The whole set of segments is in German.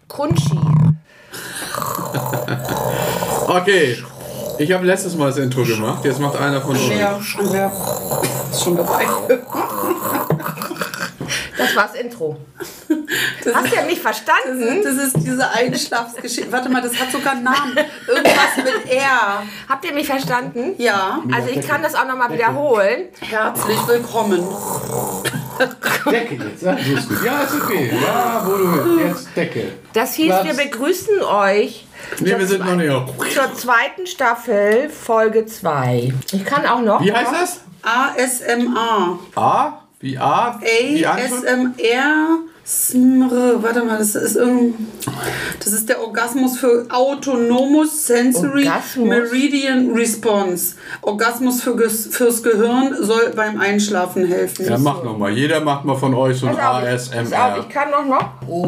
Crunchy. Okay, ich habe letztes Mal das Intro gemacht, jetzt macht einer von euch. Ja, ist schon dabei. Das war's Intro. Hast du ja nicht verstanden? Das ist diese Einschlafgeschichte. Warte mal, das hat sogar einen Namen. Irgendwas mit R. Habt ihr mich verstanden? Ja. Also ich kann das auch nochmal wiederholen. Herzlich willkommen. Decke jetzt, ja, so ist gut. Ja, ist okay. Ja, wo du willst. Jetzt Decke. Das hieß, Platz. wir begrüßen euch Nee, wir sind noch nicht auf. zur zweiten Staffel, Folge 2. Ich kann auch noch. Wie heißt das? ASMR. A? Wie A? Wie Anschrift? ASMR. Warte mal, das ist der Orgasmus für Autonomous Sensory Orgasmus? Meridian Response. Orgasmus fürs Gehirn soll beim Einschlafen helfen. Ja, mach nochmal. Jeder macht mal von euch so ein Pass auf, ASMR. ich kann noch.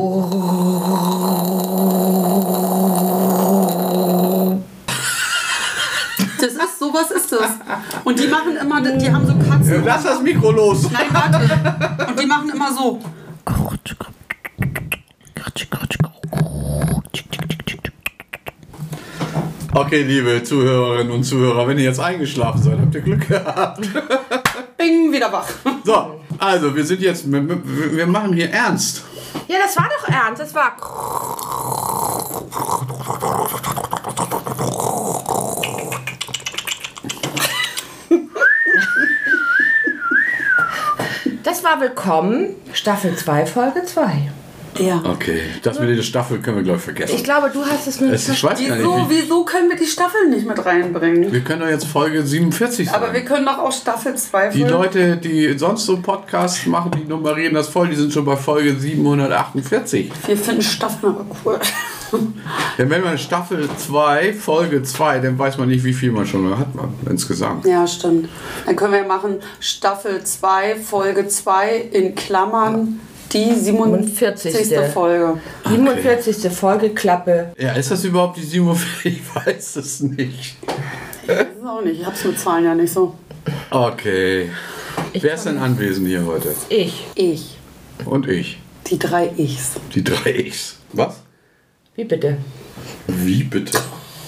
Sowas ist das. Und die machen immer, die haben so Katzen. Lass das Mikro los. Nein, warte. Und die machen immer so. Okay, liebe Zuhörerinnen und Zuhörer, wenn ihr jetzt eingeschlafen seid, habt ihr Glück gehabt. Bing, wieder wach. So, also wir sind jetzt, wir machen hier ernst. Ja, das war doch ernst. Das war. Das war Willkommen, Staffel 2, Folge 2. Ja. Okay, das mit der Staffel können wir gleich vergessen. Ich glaube, du hast es nur nicht Ich weiß gar nicht, Wieso können wir die Staffel nicht mit reinbringen? wir können doch jetzt Folge 47 sein. Aber wir können doch auch Staffel 2 Die Leute, die sonst so Podcasts machen, die nummerieren das voll, die sind schon bei Folge 748. Wir finden Staffeln aber cool. Denn wenn man Staffel 2, Folge 2, dann weiß man nicht, wie viel man schon hat man insgesamt. Ja, stimmt. Dann können wir machen Staffel 2, Folge 2 in Klammern die 47. Folge. 47. Folge, Klappe. Ja, ist das überhaupt die 47? Ich weiß es nicht. Ich weiß es auch nicht. Ich hab's mit Zahlen ja nicht so. Okay. Wer ist denn anwesend hier heute? Ich. Und ich. Die 3 Ichs. Die 3 Ichs. Was? Wie bitte? Wie bitte?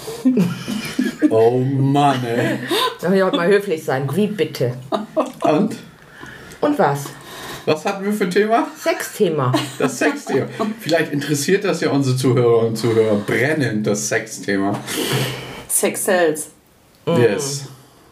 Oh Mann, ey. Soll ich heute mal höflich sein? Wie bitte? Und? Und was? Was hatten wir für ein Thema? Sexthema. Das Sexthema. Vielleicht interessiert das ja unsere Zuhörerinnen und Zuhörer brennend, das Sexthema. Sex Cells. Yes.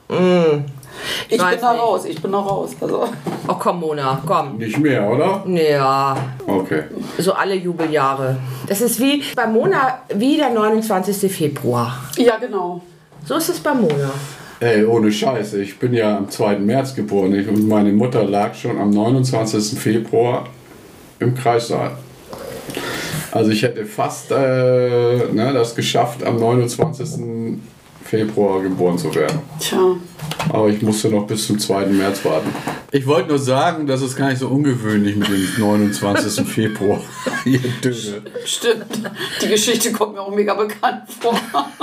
Ich bin da raus. Also. Oh komm, Mona, komm. Nicht mehr, oder? Ja, Okay. so alle Jubeljahre. Das ist wie bei Mona, wie der 29. Februar. Ja, genau. So ist es bei Mona. Ey, ohne Scheiße. Ich bin ja am 2. März geboren und meine Mutter lag schon am 29. Februar im Kreissaal. Also ich hätte fast das geschafft, am 29. Februar geboren zu werden. Tja. Aber ich musste noch bis zum 2. März warten. Ich wollte nur sagen, das ist gar nicht so ungewöhnlich mit dem 29. Februar. Ihr Dödel. Stimmt. Die Geschichte kommt mir auch mega bekannt vor.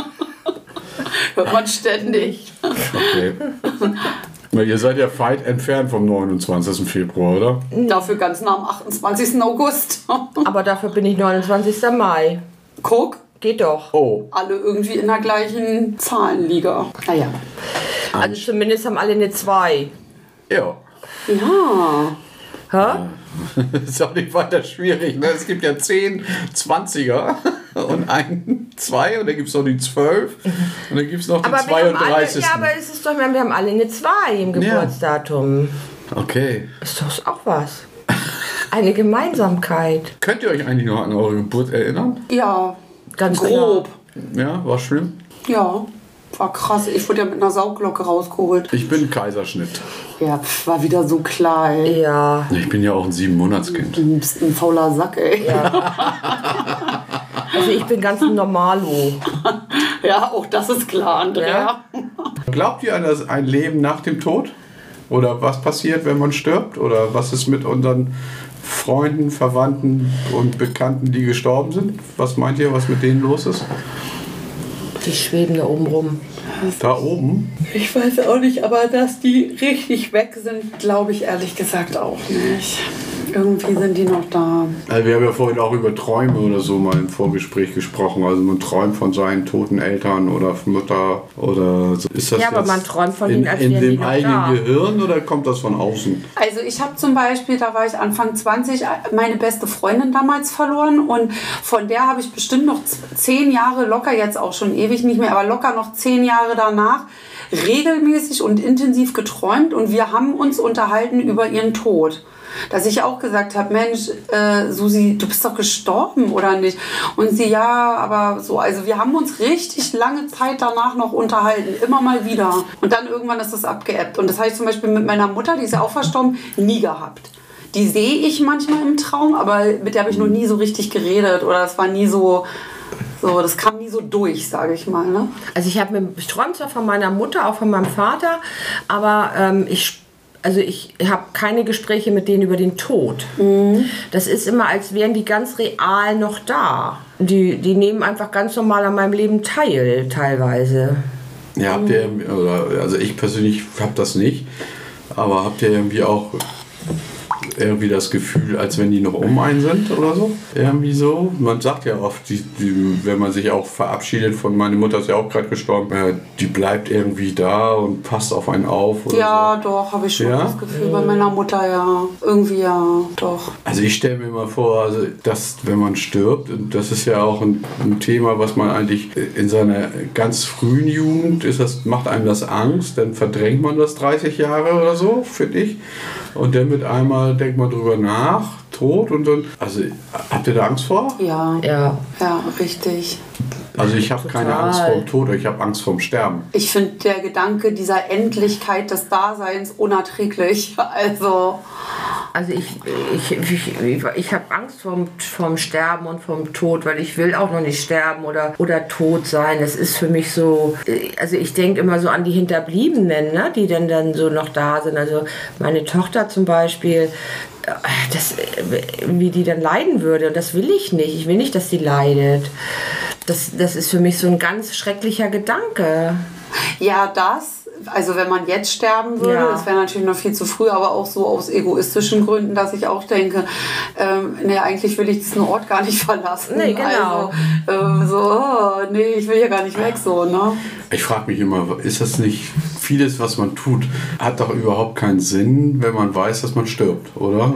Hört man ständig. Okay. Weil ihr seid ja weit entfernt vom 29. Februar, oder? Dafür ganz nah am 28. August. Aber dafür bin ich 29. Mai. Guck. Geht doch. Oh. Alle irgendwie in der gleichen Zahlenliga. Naja. Also zumindest haben alle eine 2. Ja. Ja. Hä? Ist auch nicht weiter schwierig. Ne? Es gibt ja 10 20er und ein 2 und dann gibt es noch die 12 und dann gibt es noch die Aber wir haben 32. alle, ja, aber es ist doch, wir haben alle eine 2 im Geburtsdatum. Okay. Ist doch auch was. Eine Gemeinsamkeit. Könnt ihr euch eigentlich noch an eure Geburt erinnern? Ja. Ganz grob. Ja, war schlimm? Ja. War krass. Ich wurde ja mit einer Saugglocke rausgeholt. Ich bin Kaiserschnitt. Ja, war wieder so klar, ey. Ja. Ich bin ja auch ein 7-Monatskind. Du bist ein fauler Sack, ey. Ja. Also ich bin ganz normalo. Ja, auch das ist klar, Andrea. Ja. Glaubt ihr an ein Leben nach dem Tod? Oder was passiert, wenn man stirbt? Oder was ist mit unseren Freunden, Verwandten und Bekannten, die gestorben sind? Was meint ihr, was mit denen los ist? Die schweben da oben rum. Da oben? Ich weiß auch nicht, aber dass die richtig weg sind, glaube ich ehrlich gesagt auch nicht. Irgendwie sind die noch da. Also wir haben ja vorhin auch über Träume oder so mal im Vorgespräch gesprochen. Also man träumt von seinen toten Eltern oder Mutter oder so. Ist das ja, aber man träumt von ihnen, als in wären die dem noch eigenen da. Gehirn oder kommt das von außen? Also ich habe zum Beispiel, da war ich Anfang 20, meine beste Freundin damals verloren und von der habe ich bestimmt noch 10 Jahre locker, jetzt auch schon ewig nicht mehr, aber locker noch 10 Jahre danach regelmäßig und intensiv geträumt und wir haben uns unterhalten über ihren Tod. Dass ich auch gesagt habe, Mensch, Susi, du bist doch gestorben, oder nicht? Und sie, ja, aber so, also wir haben uns richtig lange Zeit danach noch unterhalten, immer mal wieder. Und dann irgendwann ist das abgeebbt. Und das habe ich zum Beispiel mit meiner Mutter, die ist ja auch verstorben, nie gehabt. Die sehe ich manchmal im Traum, aber mit der habe ich noch nie so richtig geredet oder es war nie so, das kam nie so durch, sage ich mal. Ne? Also ich träume zwar von meiner Mutter, auch von meinem Vater, aber ich habe keine Gespräche mit denen über den Tod. Mhm. Das ist immer, als wären die ganz real noch da. Die nehmen einfach ganz normal an meinem Leben teil, teilweise. Ja, habt ihr, also ich persönlich habe das nicht, aber habt ihr irgendwie auch irgendwie das Gefühl, als wenn die noch um einen sind oder so? Irgendwie so. Man sagt ja oft, wenn man sich auch verabschiedet von, meine Mutter ist ja auch gerade gestorben, die bleibt irgendwie da und passt auf einen auf. Oder ja, so. Doch, habe ich schon das Gefühl bei meiner Mutter, ja. Irgendwie ja, doch. Also ich stelle mir mal vor, also dass, wenn man stirbt, und das ist ja auch ein Thema, was man eigentlich in seiner ganz frühen Jugend, macht einem das Angst, dann verdrängt man das 30 Jahre oder so, finde ich. Und dann mit einmal denkt man drüber nach, Tod und dann. Also habt ihr da Angst vor? Ja. Ja, richtig. Also ich habe keine Angst vorm Tod, ich habe Angst vorm Sterben. Ich finde der Gedanke dieser Endlichkeit des Daseins unerträglich. Also ich habe Angst vorm Sterben und vom Tod, weil ich will auch noch nicht sterben oder tot sein. Das ist für mich so, also ich denke immer so an die Hinterbliebenen, ne, die dann so noch da sind. Also meine Tochter zum Beispiel, wie die dann leiden würde. Und das will ich nicht. Ich will nicht, dass sie leidet. Das ist für mich so ein ganz schrecklicher Gedanke. Ja, also wenn man jetzt sterben würde, das wäre natürlich noch viel zu früh, aber auch so aus egoistischen Gründen, dass ich auch denke, eigentlich will ich diesen Ort gar nicht verlassen. Nee, genau. Also, ich will hier gar nicht weg, so, ne? Ich frage mich immer, ist das nicht vieles, was man tut, hat doch überhaupt keinen Sinn, wenn man weiß, dass man stirbt, oder?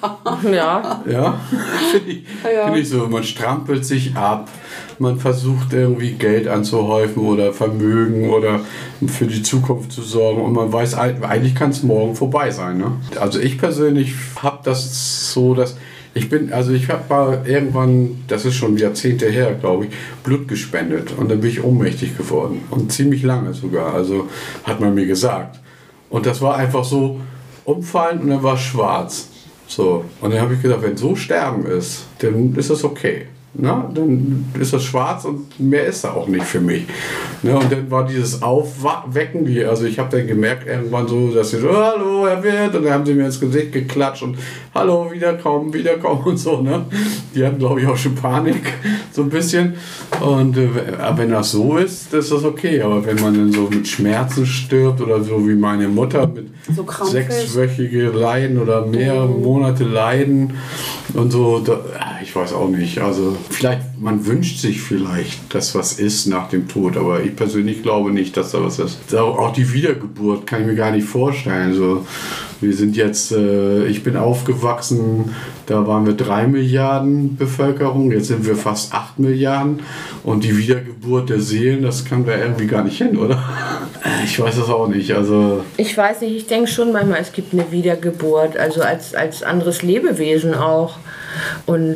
Ja. Ja? Finde ich so, man strampelt sich ab. Man versucht irgendwie Geld anzuhäufen oder Vermögen oder für die Zukunft zu sorgen und man weiß, eigentlich kann es morgen vorbei sein. Ne? Also ich persönlich habe das so, dass ich habe mal irgendwann, das ist schon Jahrzehnte her, glaube ich, Blut gespendet und dann bin ich ohnmächtig geworden und ziemlich lange sogar, also hat man mir gesagt. Und das war einfach so umfallen und dann war es schwarz. So. Und dann habe ich gedacht, wenn so Sterben ist, dann ist das okay. Na, dann ist das schwarz und mehr ist da auch nicht für mich. Ne, und dann war dieses Aufwecken, also ich habe dann gemerkt irgendwann so, dass sie so, hallo Herr Wirth, und dann haben sie mir ins Gesicht geklatscht und hallo, wiederkommen und so. Ne? Die hatten, glaube ich, auch schon Panik, so ein bisschen. Und wenn das so ist, ist das okay. Aber wenn man dann so mit Schmerzen stirbt oder so wie meine Mutter mit so 6-wöchige Leiden oder mehrere Monate Leiden und so, ich weiß auch nicht. Also vielleicht, man wünscht sich vielleicht, dass was ist nach dem Tod, aber ich persönlich glaube nicht, dass da was ist. Auch die Wiedergeburt kann ich mir gar nicht vorstellen. So, wir sind jetzt, ich bin aufgewachsen, da waren wir 3 Milliarden Bevölkerung, jetzt sind wir fast 8 Milliarden und die Wiedergeburt der Seelen, das kann wir irgendwie gar nicht hin, oder? Ich weiß das auch nicht. Also ich weiß nicht, ich denke schon manchmal, es gibt eine Wiedergeburt, also als anderes Lebewesen auch. Und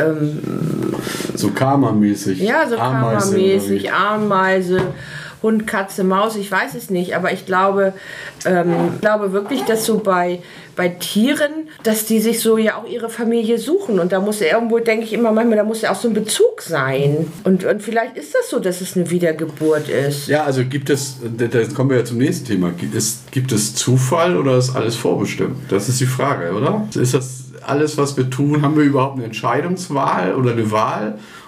so Karma-mäßig. Ja, so Karma-mäßig, Ameise, Hund, Katze, Maus, ich weiß es nicht, aber ich glaube wirklich, dass so bei Tieren, dass die sich so ja auch ihre Familie suchen und da muss ja irgendwo, denke ich immer manchmal, da muss ja auch so ein Bezug sein und vielleicht ist das so, dass es eine Wiedergeburt ist. Ja, also gibt es, da kommen wir ja zum nächsten Thema, gibt es Zufall oder ist alles vorbestimmt? Das ist die Frage, oder? Ist das alles, was wir tun, haben wir überhaupt eine Entscheidungswahl oder eine Wahl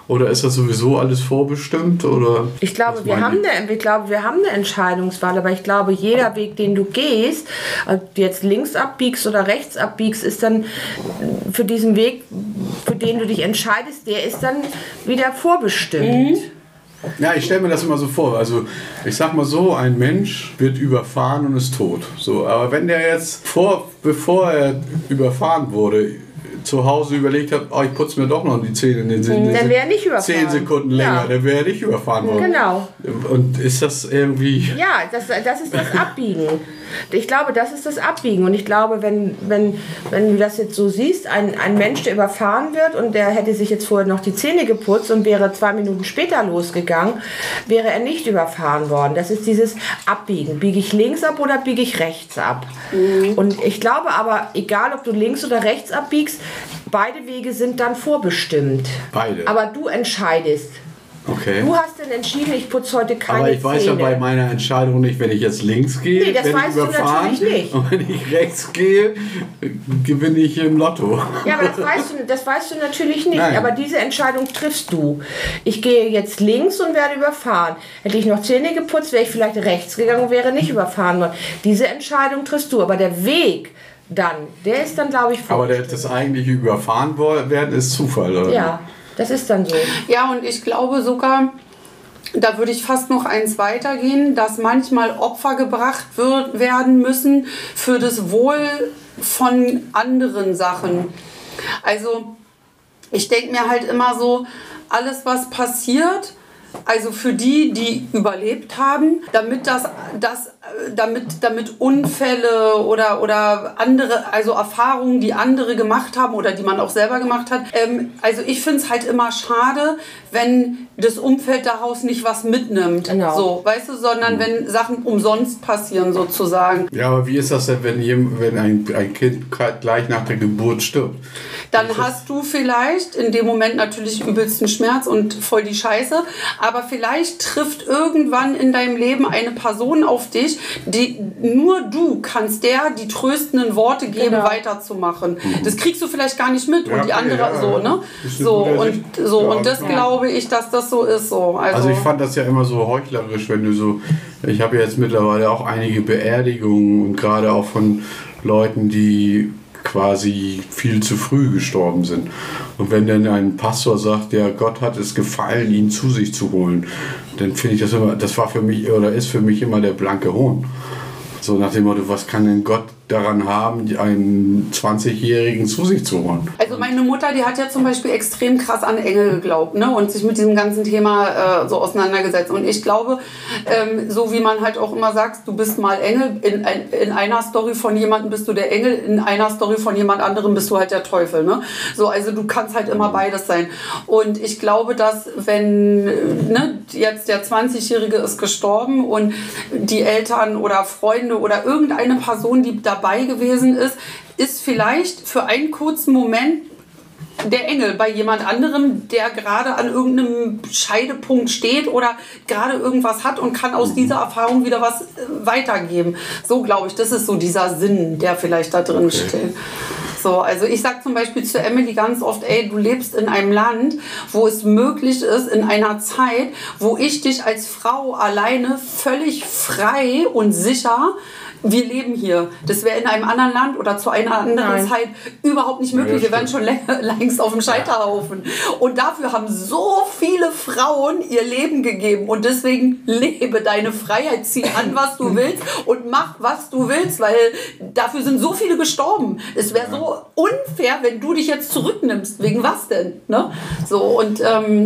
Oder ist das sowieso alles vorbestimmt? Oder ich glaube, wir haben eine Entscheidungswahl, aber ich glaube, jeder Weg, den du gehst, ob du jetzt links abbiegst oder rechts abbiegst, ist dann für diesen Weg, für den du dich entscheidest, der ist dann wieder vorbestimmt. Ja, ich stelle mir das immer so vor. Also ich sag mal so, ein Mensch wird überfahren und ist tot. So, aber wenn der jetzt bevor er überfahren wurde, zu Hause überlegt hat, ich putze mir doch noch die Zähne, dann wäre er nicht überfahren. 10 Sekunden länger, dann wäre er nicht überfahren worden. Genau. Und ist das irgendwie... Ja, das ist das Abbiegen. Ich glaube, das ist das Abbiegen. Und ich glaube, wenn du das jetzt so siehst, ein Mensch, der überfahren wird und der hätte sich jetzt vorher noch die Zähne geputzt und wäre 2 Minuten später losgegangen, wäre er nicht überfahren worden. Das ist dieses Abbiegen. Biege ich links ab oder biege ich rechts ab? Und ich glaube aber, egal ob du links oder rechts abbiegst, beide Wege sind dann vorbestimmt. Beide. Aber du entscheidest. Okay. Du hast dann entschieden, ich putze heute keine Zähne. Aber ich weiß ja bei meiner Entscheidung nicht, wenn ich jetzt links gehe, nee, das weißt du natürlich nicht. Und wenn ich rechts gehe, gewinne ich im Lotto. Ja, aber das weißt du natürlich nicht. Nein. Aber diese Entscheidung triffst du. Ich gehe jetzt links und werde überfahren. Hätte ich noch Zähne geputzt, wäre ich vielleicht rechts gegangen und wäre nicht überfahren worden. Diese Entscheidung triffst du. Aber der Weg dann, der ist dann, glaube ich, aber das eigentliche Überfahren werden ist Zufall, oder? Ja. Das ist dann so. Ja, und ich glaube sogar, da würde ich fast noch eins weitergehen, dass manchmal Opfer gebracht werden müssen für das Wohl von anderen Sachen. Also ich denke mir halt immer so, alles was passiert, also für die überlebt haben, damit Unfälle oder andere, also Erfahrungen, die andere gemacht haben oder die man auch selber gemacht hat. Also ich finde es halt immer schade, wenn das Umfeld daraus nicht was mitnimmt. Genau. So, weißt du, sondern wenn Sachen umsonst passieren sozusagen. Ja, aber wie ist das denn, wenn ein Kind gleich nach der Geburt stirbt? Dann hast du vielleicht in dem Moment natürlich übelsten Schmerz und voll die Scheiße, aber vielleicht trifft irgendwann in deinem Leben eine Person auf dich, die nur du kannst die tröstenden Worte geben, weiterzumachen. Das kriegst du vielleicht gar nicht mit und die andere so, ne? Und das glaube ich, dass das so ist. So. Also ich fand das ja immer so heuchlerisch, wenn du so, ich habe jetzt mittlerweile auch einige Beerdigungen und gerade auch von Leuten, die quasi viel zu früh gestorben sind. Und wenn dann ein Pastor sagt, ja, Gott hat es gefallen, ihn zu sich zu holen, dann finde ich das immer, das war für mich oder ist für mich immer der blanke Hohn. So nach dem Motto, was kann denn Gott daran haben, einen 20-Jährigen zu sich zu holen? Also meine Mutter, die hat ja zum Beispiel extrem krass an Engel geglaubt, ne? Und sich mit diesem ganzen Thema so auseinandergesetzt. Und ich glaube, so wie man halt auch immer sagt, du bist mal Engel, in einer Story von jemandem bist du der Engel, in einer Story von jemand anderem bist du halt der Teufel, ne? So, also du kannst halt immer beides sein. Und ich glaube, dass wenn jetzt der 20-Jährige ist gestorben und die Eltern oder Freunde oder irgendeine Person, die dabei gewesen ist vielleicht für einen kurzen Moment der Engel bei jemand anderem, der gerade an irgendeinem Scheidepunkt steht oder gerade irgendwas hat und kann aus dieser Erfahrung wieder was weitergeben. So glaube ich, das ist so dieser Sinn, der vielleicht da drin steht. So, also ich sage zum Beispiel zu Emily ganz oft, du lebst in einem Land, wo es möglich ist, in einer Zeit, wo ich dich als Frau alleine völlig frei und sicher, wir leben hier. Das wäre in einem anderen Land oder zu einer anderen Zeit überhaupt nicht möglich. Wir wären schon längst auf dem Scheiterhaufen. Und dafür haben so viele Frauen ihr Leben gegeben. Und deswegen lebe deine Freiheit, zieh an, was du willst und mach, was du willst, weil dafür sind so viele gestorben. Es wäre so unfair, wenn du dich jetzt zurücknimmst. Wegen was denn? Ne? So, und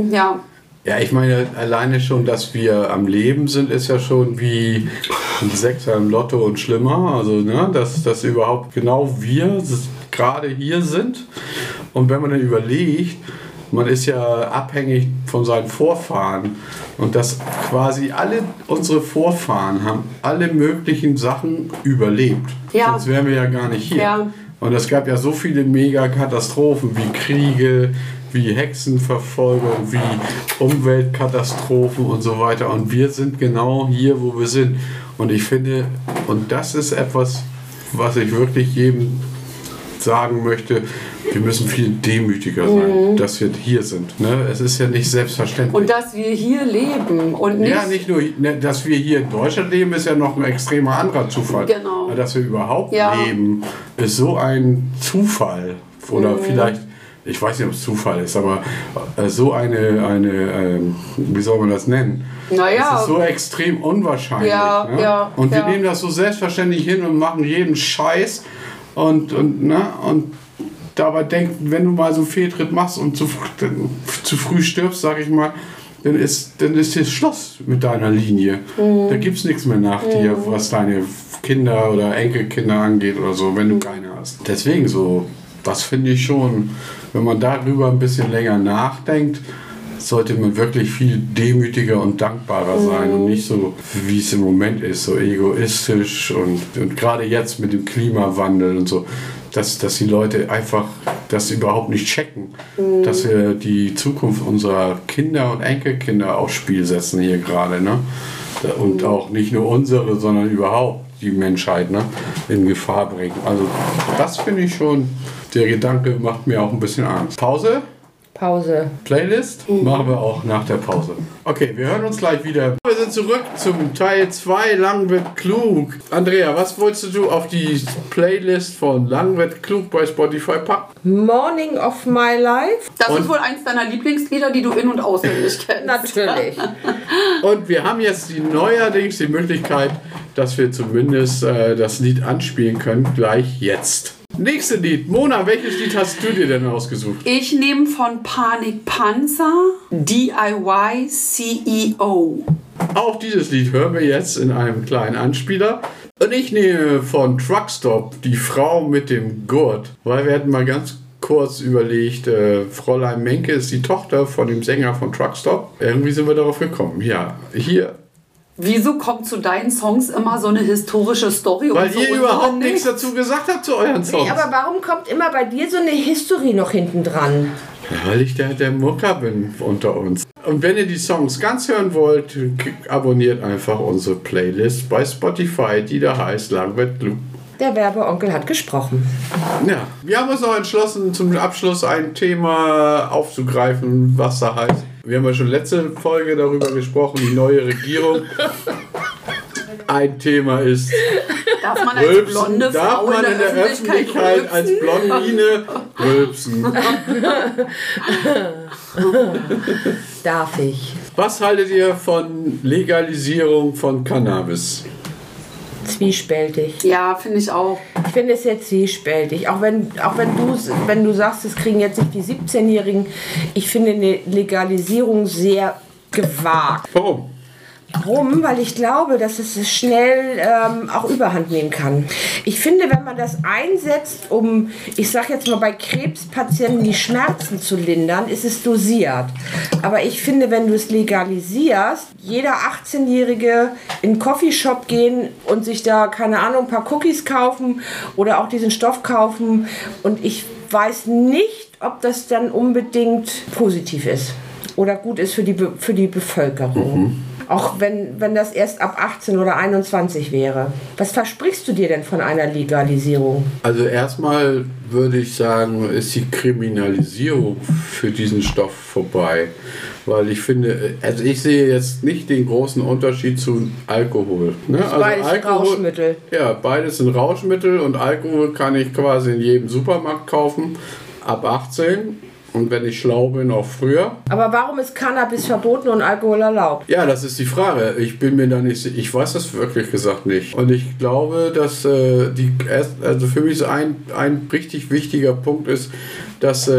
Ja, ich meine, alleine schon, dass wir am Leben sind, ist ja schon wie ein Sechser im Lotto und schlimmer. Also, dass überhaupt genau wir gerade hier sind. Und wenn man dann überlegt, man ist ja abhängig von seinen Vorfahren und dass quasi alle unsere Vorfahren haben alle möglichen Sachen überlebt. Ja. Sonst wären wir ja gar nicht hier. Ja. Und es gab ja so viele Megakatastrophen wie Kriege, wie Hexenverfolgung, wie Umweltkatastrophen und so weiter. Und wir sind genau hier, wo wir sind. Und ich finde, und das ist etwas, was ich wirklich jedem sagen möchte, Wir müssen viel demütiger sein, dass wir hier sind. Ne? Es ist ja nicht selbstverständlich. Und dass wir hier leben und nicht... Ja, nicht nur, dass wir hier in Deutschland leben, ist ja noch ein extremer anderer Zufall. Genau. Aber dass wir überhaupt leben, ist so ein Zufall. Oder vielleicht, ich weiß nicht, ob es Zufall ist, aber so eine wie soll man das nennen? Naja. Es ist so extrem unwahrscheinlich. Ne? Und wir nehmen das so selbstverständlich hin und machen jeden Scheiß. Und dabei denken, wenn du mal so einen Fehltritt machst und zu früh stirbst, sag ich mal, dann ist jetzt Schluss mit deiner Linie. Da gibt es nichts mehr nach dir, was deine Kinder oder Enkelkinder angeht oder so, wenn du keine hast. Deswegen so, das finde ich schon, wenn man darüber ein bisschen länger nachdenkt, sollte man wirklich viel demütiger und dankbarer sein und nicht so, wie es im Moment ist, so egoistisch und gerade jetzt mit dem Klimawandel und so, dass die Leute einfach das überhaupt nicht checken, dass wir die Zukunft unserer Kinder und Enkelkinder aufs Spiel setzen hier gerade, ne? Und auch nicht nur unsere, sondern überhaupt die Menschheit, ne, in Gefahr bringen. Also das finde ich schon, der Gedanke macht mir auch ein bisschen Angst. Pause? Playlist machen wir auch nach der Pause. Okay, wir hören uns gleich wieder. Wir sind zurück zum Teil 2, Lang wird klug. Andrea, was wolltest du auf die Playlist von Lang wird klug bei Spotify packen? Morning of My Life. Das ist wohl eins deiner Lieblingslieder, die du in- und auswendig kennst. Natürlich. Und wir haben jetzt neuerdings die Möglichkeit, dass wir zumindest das Lied anspielen können, gleich jetzt. Nächste Lied. Mona, welches Lied hast du dir denn ausgesucht? Ich nehme von Panik Panzer DIY CEO. Auch dieses Lied hören wir jetzt in einem kleinen Anspieler. Und ich nehme von Truckstop Die Frau mit dem Gurt. Weil wir hatten mal ganz kurz überlegt, Fräulein Menke ist die Tochter von dem Sänger von Truckstop. Irgendwie sind wir darauf gekommen. Ja, hier. Wieso kommt zu deinen Songs immer so eine historische Story? Weil und so ihr überhaupt nichts dazu gesagt habt zu euren Songs. Nee, aber warum kommt immer bei dir so eine History noch hinten dran? Ja, weil ich der Mucker bin unter uns. Und wenn ihr die Songs ganz hören wollt, abonniert einfach unsere Playlist bei Spotify, die da heißt Lang wird klug. Der Werbeonkel hat gesprochen. Ja, wir haben uns noch entschlossen, zum Abschluss ein Thema aufzugreifen, was da heißt. Wir haben ja schon letzte Folge darüber gesprochen, die neue Regierung. Ein Thema ist darf man als Rülpsen. blonde Darf Frau man in der Öffentlichkeit rülpsen? als Blondine rülpsen? Darf ich? Was haltet ihr von Legalisierung von Cannabis? Zwiespältig. Ja, finde ich auch. Ich finde es jetzt zwiespältig. Auch wenn du sagst, es kriegen jetzt nicht die 17-Jährigen. Ich finde eine Legalisierung sehr gewagt. Warum? Warum? Weil ich glaube, dass es schnell auch Überhand nehmen kann. Ich finde, wenn man das einsetzt, um, ich sag jetzt mal, bei Krebspatienten die Schmerzen zu lindern, ist es dosiert. Aber ich finde, wenn du es legalisierst, jeder 18-Jährige in einen Coffeeshop gehen und sich da, keine Ahnung, ein paar Cookies kaufen oder auch diesen Stoff kaufen. Und ich weiß nicht, ob das dann unbedingt positiv ist oder gut ist für die Bevölkerung. Mhm. Auch wenn das erst ab 18 oder 21 wäre. Was versprichst du dir denn von einer Legalisierung? Also erstmal würde ich sagen, ist die Kriminalisierung für diesen Stoff vorbei. Weil ich finde, also ich sehe jetzt nicht den großen Unterschied zu Alkohol. Ne? Also beides Alkohol, Rauschmittel. Ja, beides sind Rauschmittel und Alkohol kann ich quasi in jedem Supermarkt kaufen, ab 18. Und wenn ich schlau bin, auch früher. Aber warum ist Cannabis verboten und Alkohol erlaubt? Ja, das ist die Frage. Ich bin mir da nicht sicher. Ich weiß das wirklich gesagt nicht. Und ich glaube, dass also für mich so ein richtig wichtiger Punkt ist, dass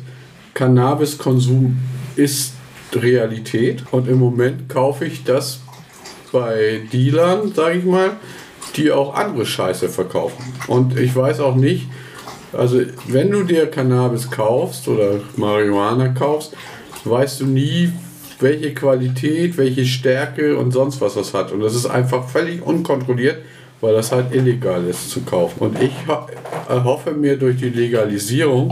Cannabiskonsum ist Realität. Und im Moment kaufe ich das bei Dealern, sage ich mal, die auch andere Scheiße verkaufen. Und ich weiß auch nicht, also wenn du dir Cannabis kaufst oder Marihuana kaufst, weißt du nie, welche Qualität, welche Stärke und sonst was das hat. Und das ist einfach völlig unkontrolliert, weil das halt illegal ist zu kaufen. Und ich hoffe mir durch die Legalisierung,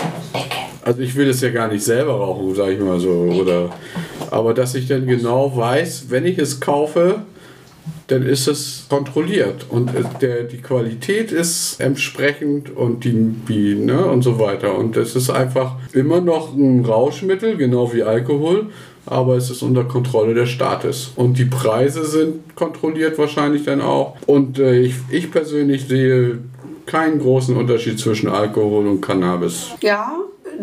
also ich will es ja gar nicht selber rauchen, sage ich mal so, aber dass ich dann genau weiß, wenn ich es kaufe, dann ist es kontrolliert und die Qualität ist entsprechend und und so weiter. Und es ist einfach immer noch ein Rauschmittel, genau wie Alkohol, aber es ist unter Kontrolle des Staates. Und die Preise sind kontrolliert wahrscheinlich dann auch. Und ich persönlich sehe keinen großen Unterschied zwischen Alkohol und Cannabis. Ja,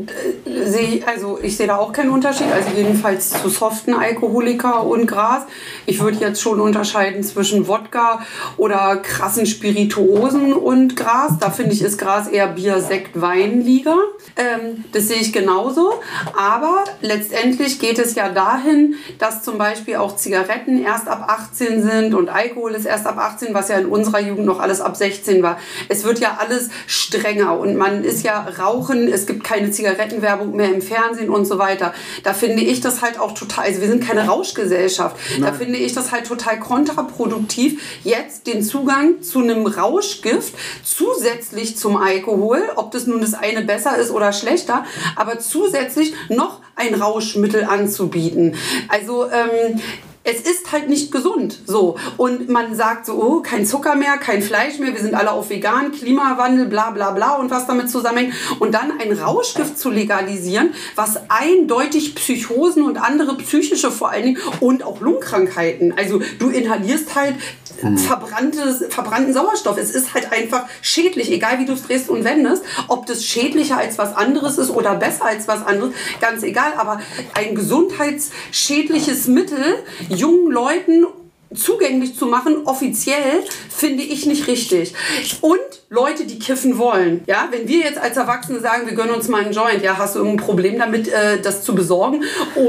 ich sehe da auch keinen Unterschied, also jedenfalls zu soften Alkoholika und Gras. Ich würde jetzt schon unterscheiden zwischen Wodka oder krassen Spirituosen und Gras. Da finde ich, ist Gras eher Bier, Sekt, Wein-Liga. Das sehe ich genauso. Aber letztendlich geht es ja dahin, dass zum Beispiel auch Zigaretten erst ab 18 sind und Alkohol ist erst ab 18, was ja in unserer Jugend noch alles ab 16 war. Es wird ja alles strenger und man ist ja Rauchen, es gibt keine Zigarettenwerbung mehr im Fernsehen und so weiter. Da finde ich das halt auch total, also wir sind keine Rauschgesellschaft, da finde ich das halt total kontraproduktiv, jetzt den Zugang zu einem Rauschgift zusätzlich zum Alkohol, ob das nun das eine besser ist oder schlechter, aber zusätzlich noch ein Rauschmittel anzubieten. Also es ist halt nicht gesund. So. Und man sagt so, oh, kein Zucker mehr, kein Fleisch mehr, wir sind alle auf vegan, Klimawandel, bla bla bla und was damit zusammenhängt. Und dann ein Rauschgift zu legalisieren, was eindeutig Psychosen und andere psychische vor allen Dingen und auch Lungenkrankheiten. Also du inhalierst halt verbrannten Sauerstoff. Es ist halt einfach schädlich, egal wie du es drehst und wendest. Ob das schädlicher als was anderes ist oder besser als was anderes, ganz egal. Aber ein gesundheitsschädliches Mittel jungen Leuten zugänglich zu machen, offiziell, finde ich nicht richtig. Und Leute, die kiffen wollen. Ja, wenn wir jetzt als Erwachsene sagen, wir gönnen uns mal einen Joint, ja, hast du irgendein Problem damit, das zu besorgen?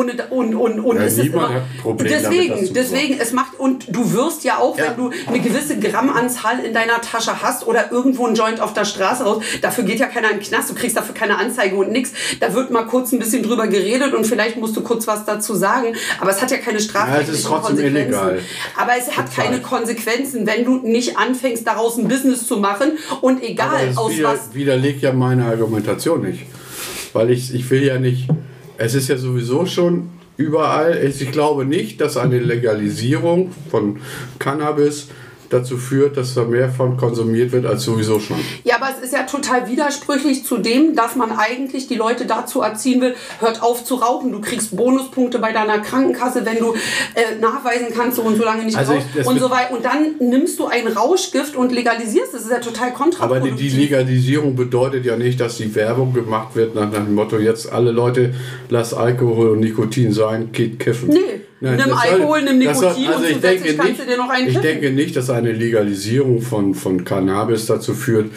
Niemand hat ein Problem deswegen, es macht, und du wirst ja auch, wenn du eine gewisse Grammanzahl in deiner Tasche hast oder irgendwo ein Joint auf der Straße raus, dafür geht ja keiner in den Knast, du kriegst dafür keine Anzeige und nix. Da wird mal kurz ein bisschen drüber geredet und vielleicht musst du kurz was dazu sagen, aber es hat ja keine strafrechtlichen Konsequenzen. Illegal. Aber es hat keine Konsequenzen, wenn du nicht anfängst, daraus ein Business zu machen und egal aus was... widerlegt ja meine Argumentation nicht. Weil ich will ja nicht... Es ist ja sowieso schon überall... Ich glaube nicht, dass eine Legalisierung von Cannabis dazu führt, dass da mehr von konsumiert wird als sowieso schon. Ja, aber es ist ja total widersprüchlich zu dem, dass man eigentlich die Leute dazu erziehen will, hört auf zu rauchen. Du kriegst Bonuspunkte bei deiner Krankenkasse, wenn du nachweisen kannst, so und so lange nicht rauchst und so weiter. Und dann nimmst du ein Rauschgift und legalisierst. Das ist ja total kontraproduktiv. Aber die Legalisierung bedeutet ja nicht, dass die Werbung gemacht wird nach dem Motto, jetzt alle Leute, lass Alkohol und Nikotin sein, geht kiffen. Nee. Nein, nimm Alkohol, nimm Nikotin und zusätzlich kannst du dir noch einen kiffen. Ich denke nicht, dass eine Legalisierung von Cannabis dazu führt,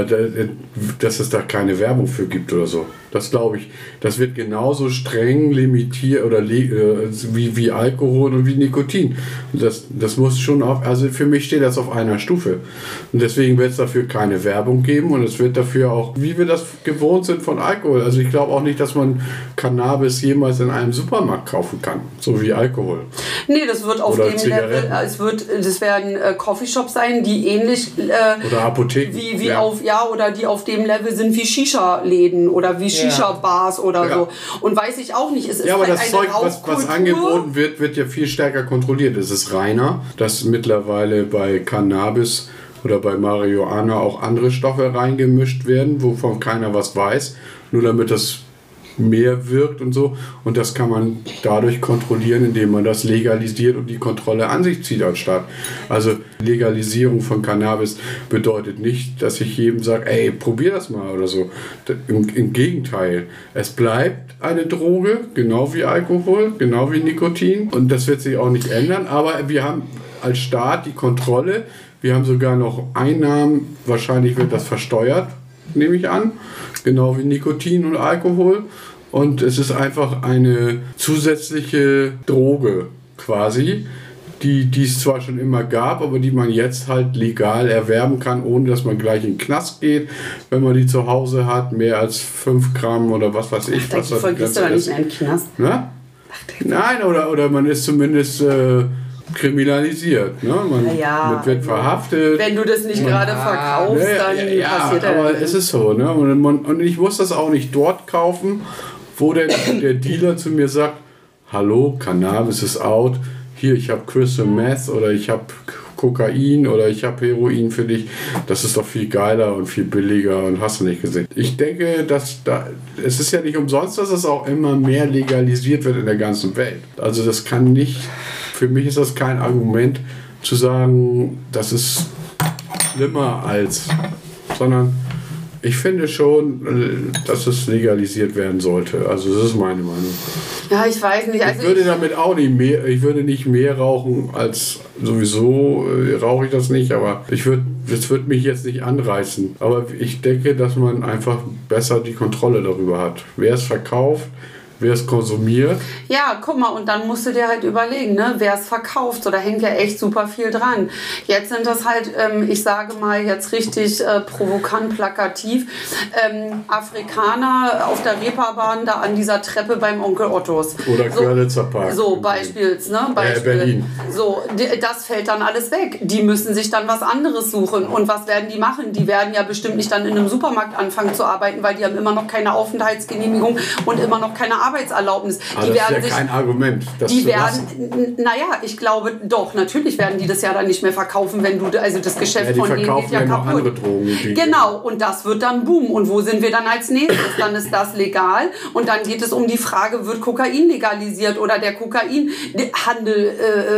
dass es da keine Werbung für gibt oder so. Das glaube ich. Das wird genauso streng limitiert oder wie Alkohol und wie Nikotin. Das muss schon auch, also für mich steht das auf einer Stufe. Und deswegen wird es dafür keine Werbung geben und es wird dafür auch, wie wir das gewohnt sind von Alkohol. Also ich glaube auch nicht, dass man Cannabis jemals in einem Supermarkt kaufen kann, so wie Alkohol. Nee, das wird auf dem Level, das werden Coffeeshops sein, die ähnlich oder Apotheken oder die auf dem Level sind wie Shisha-Läden oder wie Shisha-Bars oder so. Und weiß ich auch nicht. Es ist aber halt das Zeug, was angeboten wird ja viel stärker kontrolliert. Es ist reiner, dass mittlerweile bei Cannabis oder bei Marihuana auch andere Stoffe reingemischt werden, wovon keiner was weiß, nur damit das mehr wirkt und so. Und das kann man dadurch kontrollieren, indem man das legalisiert und die Kontrolle an sich zieht als Staat. Also Legalisierung von Cannabis bedeutet nicht, dass ich jedem sage, ey, probier das mal oder so. Im Gegenteil. Es bleibt eine Droge, genau wie Alkohol, genau wie Nikotin. Und das wird sich auch nicht ändern. Aber wir haben als Staat die Kontrolle. Wir haben sogar noch Einnahmen. Wahrscheinlich wird das versteuert, nehme ich an. Genau wie Nikotin und Alkohol. Und es ist einfach eine zusätzliche Droge quasi, die es zwar schon immer gab, aber die man jetzt halt legal erwerben kann, ohne dass man gleich in den Knast geht, wenn man die zu Hause hat, mehr als 5 Gramm oder was weiß ich. Was gehst du da nicht mehr in den Knast? Na? Nein, oder man ist zumindest... kriminalisiert, ne? Man wird verhaftet. Wenn du das nicht gerade verkaufst, dann passiert das. Aber es ist so, ne? Und ich muss das auch nicht dort kaufen, wo der Dealer zu mir sagt, hallo, Cannabis ist out, hier, ich habe Crystal Meth oder ich habe Kokain oder ich habe Heroin für dich, das ist doch viel geiler und viel billiger und hast du nicht gesehen. Ich denke, es ist ja nicht umsonst, dass es auch immer mehr legalisiert wird in der ganzen Welt. Also das kann nicht, für mich ist das kein Argument zu sagen, das ist schlimmer als, sondern ich finde schon, dass es legalisiert werden sollte. Also das ist meine Meinung. Ja, ich weiß nicht. Also ich würde damit auch nicht mehr, ich würde nicht mehr rauchen als sowieso rauche ich das nicht, aber das wird mich jetzt nicht anreißen. Aber ich denke, dass man einfach besser die Kontrolle darüber hat. Wer es verkauft, wer es konsumiert. Ja, guck mal, und dann musst du dir halt überlegen, ne, wer es verkauft. So, da hängt ja echt super viel dran. Jetzt sind das halt, ich sage mal jetzt richtig provokant, plakativ, Afrikaner auf der Reeperbahn da an dieser Treppe beim Onkel Ottos. Oder Görlitzer Park. So, Beispiel. Berlin. So, das fällt dann alles weg. Die müssen sich dann was anderes suchen. Und was werden die machen? Die werden ja bestimmt nicht dann in einem Supermarkt anfangen zu arbeiten, weil die haben immer noch keine Aufenthaltsgenehmigung und immer noch keine Arbeitserlaubnis. Aber das ist ja kein Argument. Naja, ich glaube doch, natürlich werden die das ja dann nicht mehr verkaufen, wenn du, also das Geschäft von denen geht ja kaputt. Andere Drogen, genau, und das wird dann boomen. Und wo sind wir dann als nächstes? Dann ist das legal und dann geht es um die Frage, wird Kokain legalisiert oder der Kokainhandel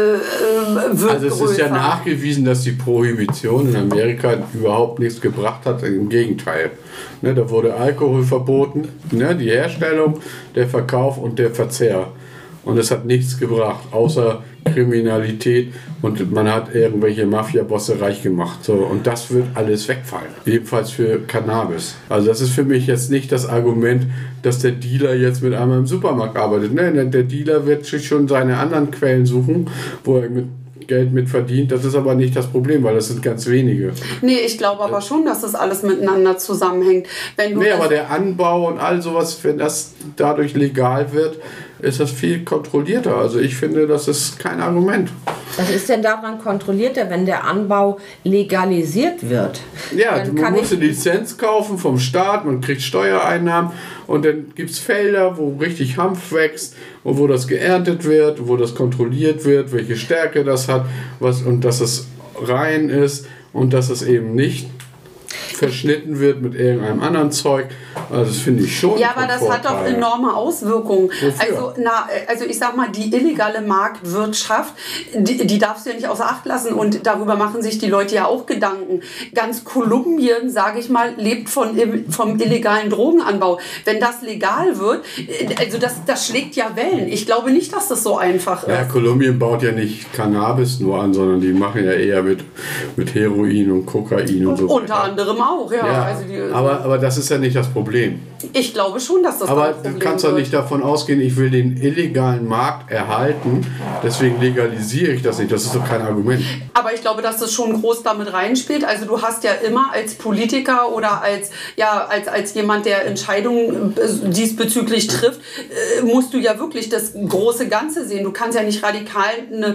wird Also es ist ja nachgewiesen, dass die Prohibition in Amerika überhaupt nichts gebracht hat, im Gegenteil. Ne, da wurde Alkohol verboten, ne, die Herstellung, der Verkauf und der Verzehr. Und es hat nichts gebracht, außer Kriminalität und man hat irgendwelche Mafia-Bosse reich gemacht. So, und das wird alles wegfallen. Jedenfalls für Cannabis. Also das ist für mich jetzt nicht das Argument, dass der Dealer jetzt mit einmal im Supermarkt arbeitet. Nein, der Dealer wird sich schon seine anderen Quellen suchen, wo er mit Geld mit verdient. Das ist aber nicht das Problem, weil das sind ganz wenige. Nee, ich glaube aber schon, dass das alles miteinander zusammenhängt. Aber der Anbau und all sowas, wenn das dadurch legal wird, ist das viel kontrollierter. Also ich finde, das ist kein Argument. Was ist denn daran kontrollierter, wenn der Anbau legalisiert wird? Ja, man muss eine Lizenz kaufen vom Staat, man kriegt Steuereinnahmen und dann gibt es Felder, wo richtig Hanf wächst und wo das geerntet wird, wo das kontrolliert wird, welche Stärke das hat und dass es rein ist und dass es eben nicht verschnitten wird mit irgendeinem anderen Zeug. Also das finde ich schon. Ja, aber das hat doch enorme Auswirkungen. Wofür? Also ich sag mal, die illegale Marktwirtschaft, die darfst du ja nicht außer Acht lassen und darüber machen sich die Leute ja auch Gedanken. Ganz Kolumbien, sage ich mal, lebt vom illegalen Drogenanbau. Wenn das legal wird, also das schlägt ja Wellen. Ich glaube nicht, dass das so einfach ist. Ja, Kolumbien baut ja nicht Cannabis nur an, sondern die machen ja eher mit Heroin und Kokain und so. Unter anderem auch, ja. Also aber das ist ja nicht das Problem. Ich glaube schon, dass das aber ein Problem du kannst doch nicht davon ausgehen, ich will den illegalen Markt erhalten, deswegen legalisiere ich das nicht. Das ist doch kein Argument. Aber ich glaube, dass das schon groß damit reinspielt. Also du hast ja immer als Politiker oder als jemand, der Entscheidungen diesbezüglich trifft, musst du ja wirklich das große Ganze sehen. Du kannst ja nicht radikal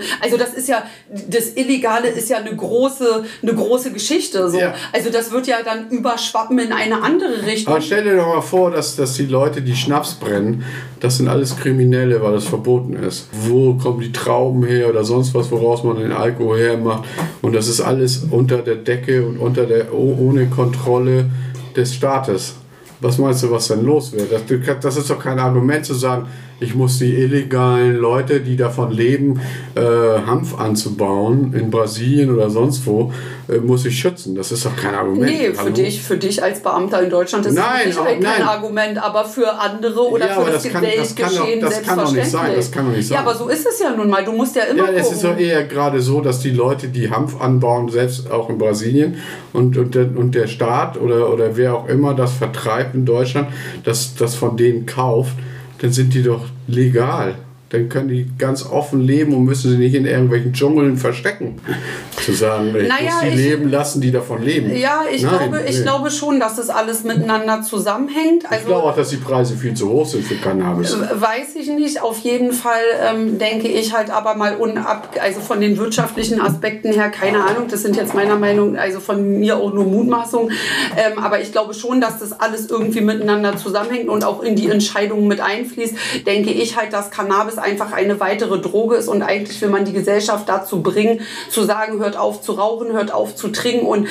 das Illegale ist ja eine große Geschichte. So. Ja. Also das wird ja dann überschwappen in eine andere Richtung. Aber stell dir doch mal vor, dass die Leute, die Schnaps brennen, das sind alles Kriminelle, weil das verboten ist. Wo kommen die Trauben her oder sonst was, woraus man den Alkohol hermacht? Und das ist alles unter der Decke und ohne Kontrolle des Staates. Was meinst du, was dann los wird? Das ist doch kein Argument zu sagen, ich muss die illegalen Leute, die davon leben, Hanf anzubauen in Brasilien oder sonst wo, muss ich schützen. Das ist doch kein Argument. Nee, für dich als Beamter in Deutschland ist das kein Argument, aber für andere oder für das Weltgeschehen das kann doch nicht sein. Das kann doch nicht sein. Ja, aber so ist es ja nun mal. Du musst ja immer gucken. Es ist doch eher gerade so, dass die Leute, die Hanf anbauen, selbst auch in Brasilien und der Staat oder wer auch immer das vertreibt in Deutschland, das von denen kauft, dann sind die doch legal. Dann können die ganz offen leben und müssen sie nicht in irgendwelchen Dschungeln verstecken. Zu sagen, ich muss die leben lassen, die davon leben. Ja, ich glaube schon, dass das alles miteinander zusammenhängt. Also, ich glaube auch, dass die Preise viel zu hoch sind für Cannabis. Weiß ich nicht. Auf jeden Fall denke ich halt aber mal also von den wirtschaftlichen Aspekten her, keine Ahnung, das sind jetzt meiner Meinung, also von mir auch nur Mutmaßungen. Aber ich glaube schon, dass das alles irgendwie miteinander zusammenhängt und auch in die Entscheidungen mit einfließt. Denke ich halt, dass Cannabis einfach eine weitere Droge ist und eigentlich will man die Gesellschaft dazu bringen, zu sagen, hört auf zu rauchen, hört auf zu trinken und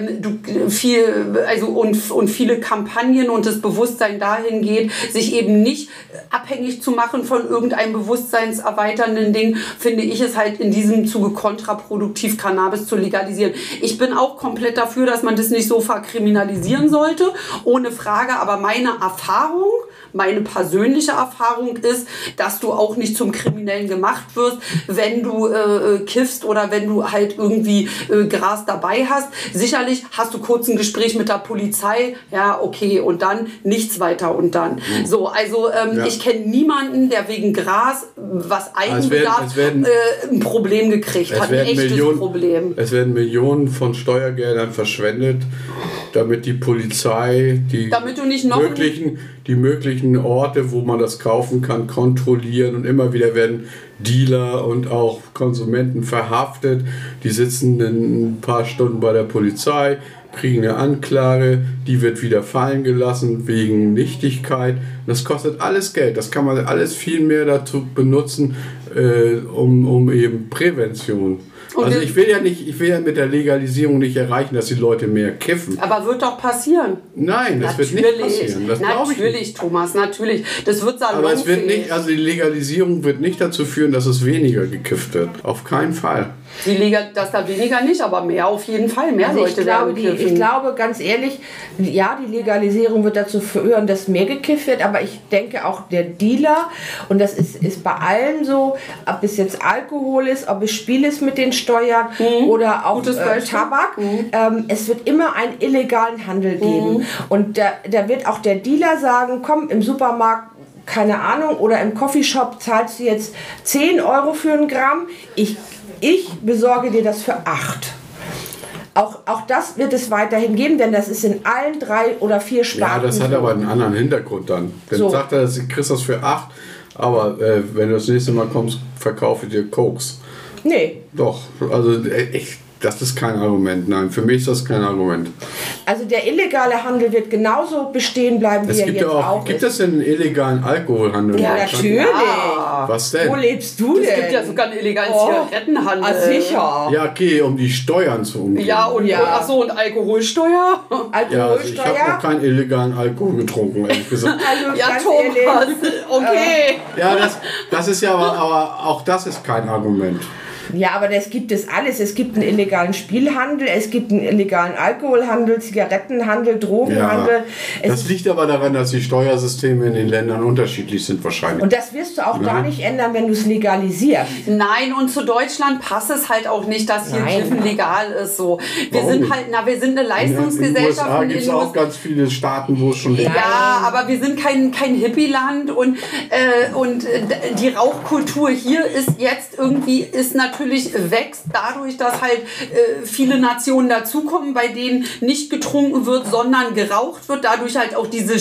viele Kampagnen und das Bewusstsein dahin geht, sich eben nicht abhängig zu machen von irgendeinem bewusstseinserweiternden Ding, finde ich es halt in diesem Zuge kontraproduktiv, Cannabis zu legalisieren. Ich bin auch komplett dafür, dass man das nicht so verkriminalisieren sollte, ohne Frage, aber meine persönliche Erfahrung ist, dass du auch nicht zum Kriminellen gemacht wirst, wenn du kiffst oder wenn du halt irgendwie Gras dabei hast. Sicherlich hast du kurz ein Gespräch mit der Polizei, ja, okay, und dann nichts weiter und dann. So, also ich kenne niemanden, der wegen Gras, was Eigenbedarf, ein Problem gekriegt hat, ein echtes Problem. Es werden Millionen von Steuergeldern verschwendet, damit die Polizei die möglichen Orte, wo man das kaufen kann, kontrollieren, und immer wieder werden Dealer und auch Konsumenten verhaftet. Die sitzen ein paar Stunden bei der Polizei, kriegen eine Anklage, die wird wieder fallen gelassen wegen Nichtigkeit. Das kostet alles Geld. Das kann man alles viel mehr dazu benutzen, um eben Prävention. Also ich will ja mit der Legalisierung nicht erreichen, dass die Leute mehr kiffen. Aber wird doch passieren. Nein, das wird nicht passieren. Das natürlich, Thomas, natürlich. Das wird salonfähig. Aber es wird nicht, also die Legalisierung wird nicht dazu führen, dass es weniger gekifft wird. Auf keinen Fall. Dass da weniger nicht, aber mehr auf jeden Fall. Mehr also Leute werden kiffen. Ich glaube, ganz ehrlich, ja, die Legalisierung wird dazu führen, dass mehr gekifft wird, aber ich denke auch der Dealer, und das ist bei allem so, ob es jetzt Alkohol ist, ob es Spiel ist mit den Steuern oder auch Tabak, es wird immer einen illegalen Handel geben. Und da wird auch der Dealer sagen, komm, im Supermarkt, keine Ahnung, oder im Coffeeshop zahlst du jetzt 10 Euro für ein Gramm, ich besorge dir das für 8. Auch das wird es weiterhin geben, denn das ist in allen 3 oder 4 Sparten. Ja, das hat aber einen anderen Hintergrund dann. Dann sagt er, du kriegst das für 8, aber wenn du das nächste Mal kommst, verkaufe ich dir Kokes. Nee. Doch, also das ist kein Argument. Nein, für mich ist das kein Argument. Also der illegale Handel wird genauso bestehen bleiben, wie er jetzt auch ist. Gibt es denn einen illegalen Alkoholhandel? Ja, natürlich. Ja. Was denn? Wo lebst du denn? Es gibt ja sogar einen illegalen Zigarettenhandel. Ah, sicher. Ja, okay, um die Steuern zu umgehen. Ja, und Alkoholsteuer? Ja, also ich habe noch keinen illegalen Alkohol getrunken, ehrlich gesagt. Also, ja, Thomas, okay. Ja, das ist ja aber auch das ist kein Argument. Ja, aber das gibt es alles. Es gibt einen illegalen Spielhandel, es gibt einen illegalen Alkoholhandel, Zigarettenhandel, Drogenhandel. Ja, das liegt aber daran, dass die Steuersysteme in den Ländern unterschiedlich sind wahrscheinlich. Und das wirst du auch gar nicht ändern, wenn du es legalisierst. Nein, und zu Deutschland passt es halt auch nicht, dass hier Kiffen legal ist. So. Wir sind eine Leistungsgesellschaft. In den USA gibt es auch ganz viele Staaten, wo es schon legal ist. Ja, aber wir sind kein Hippie-Land und die Rauchkultur hier ist natürlich wächst dadurch, dass halt viele Nationen dazukommen, bei denen nicht getrunken wird, sondern geraucht wird. Dadurch halt auch diese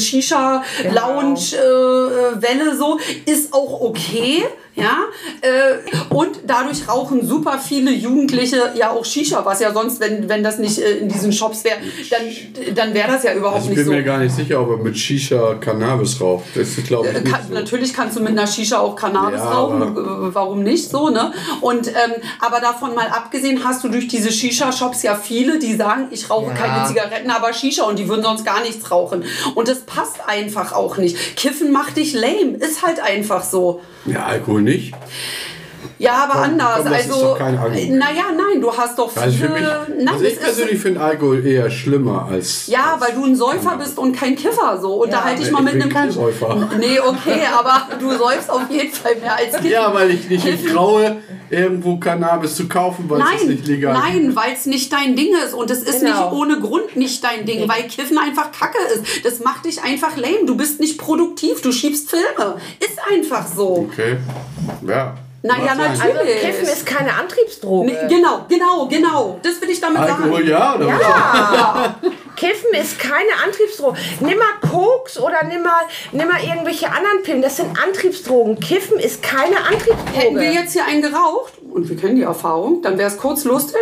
Shisha-Lounge-Welle so ist auch okay. Ja, und dadurch rauchen super viele Jugendliche ja auch Shisha, was ja sonst, wenn das nicht in diesen Shops wäre, dann wäre das ja überhaupt nicht so. Ich bin mir gar nicht sicher, ob er mit Shisha Cannabis raucht. Das ist, glaube ich, nicht so. Natürlich kannst du mit einer Shisha auch Cannabis rauchen, warum nicht so, ne? Und aber davon mal abgesehen hast du durch diese Shisha-Shops ja viele, die sagen, ich rauche keine Zigaretten, aber Shisha, und die würden sonst gar nichts rauchen. Und das passt einfach auch nicht. Kiffen macht dich lame, ist halt einfach so. Ja, Alkohol nicht. Ja, aber anders. Das ist doch kein Argument. Nein, du hast doch viele... Ich persönlich finde Alkohol eher schlimmer als... Ja, weil du ein Säufer bist und kein Kiffer. So. Unterhalte ich mal mit einem... kein Säufer. Nee, okay, aber du säufst auf jeden Fall mehr als Kiffer. Ja, weil ich nicht traue, irgendwo Cannabis zu kaufen, weil es nicht legal ist. Nein, weil es nicht dein Ding ist. Und es ist nicht ohne Grund nicht dein Ding, weil Kiffen einfach Kacke ist. Das macht dich einfach lame. Du bist nicht produktiv, du schiebst Filme. Ist einfach so. Okay, ja. Naja, natürlich. Also Kiffen ist keine Antriebsdroge. Nee, genau. Das will ich damit sagen. Alkohol, ja? Oder ja. Kiffen ist keine Antriebsdroge. Nimm mal Koks oder nimm mal irgendwelche anderen Pillen. Das sind Antriebsdrogen. Kiffen ist keine Antriebsdroge. Hätten wir jetzt hier einen geraucht, und wir kennen die Erfahrung, dann wäre es kurz lustig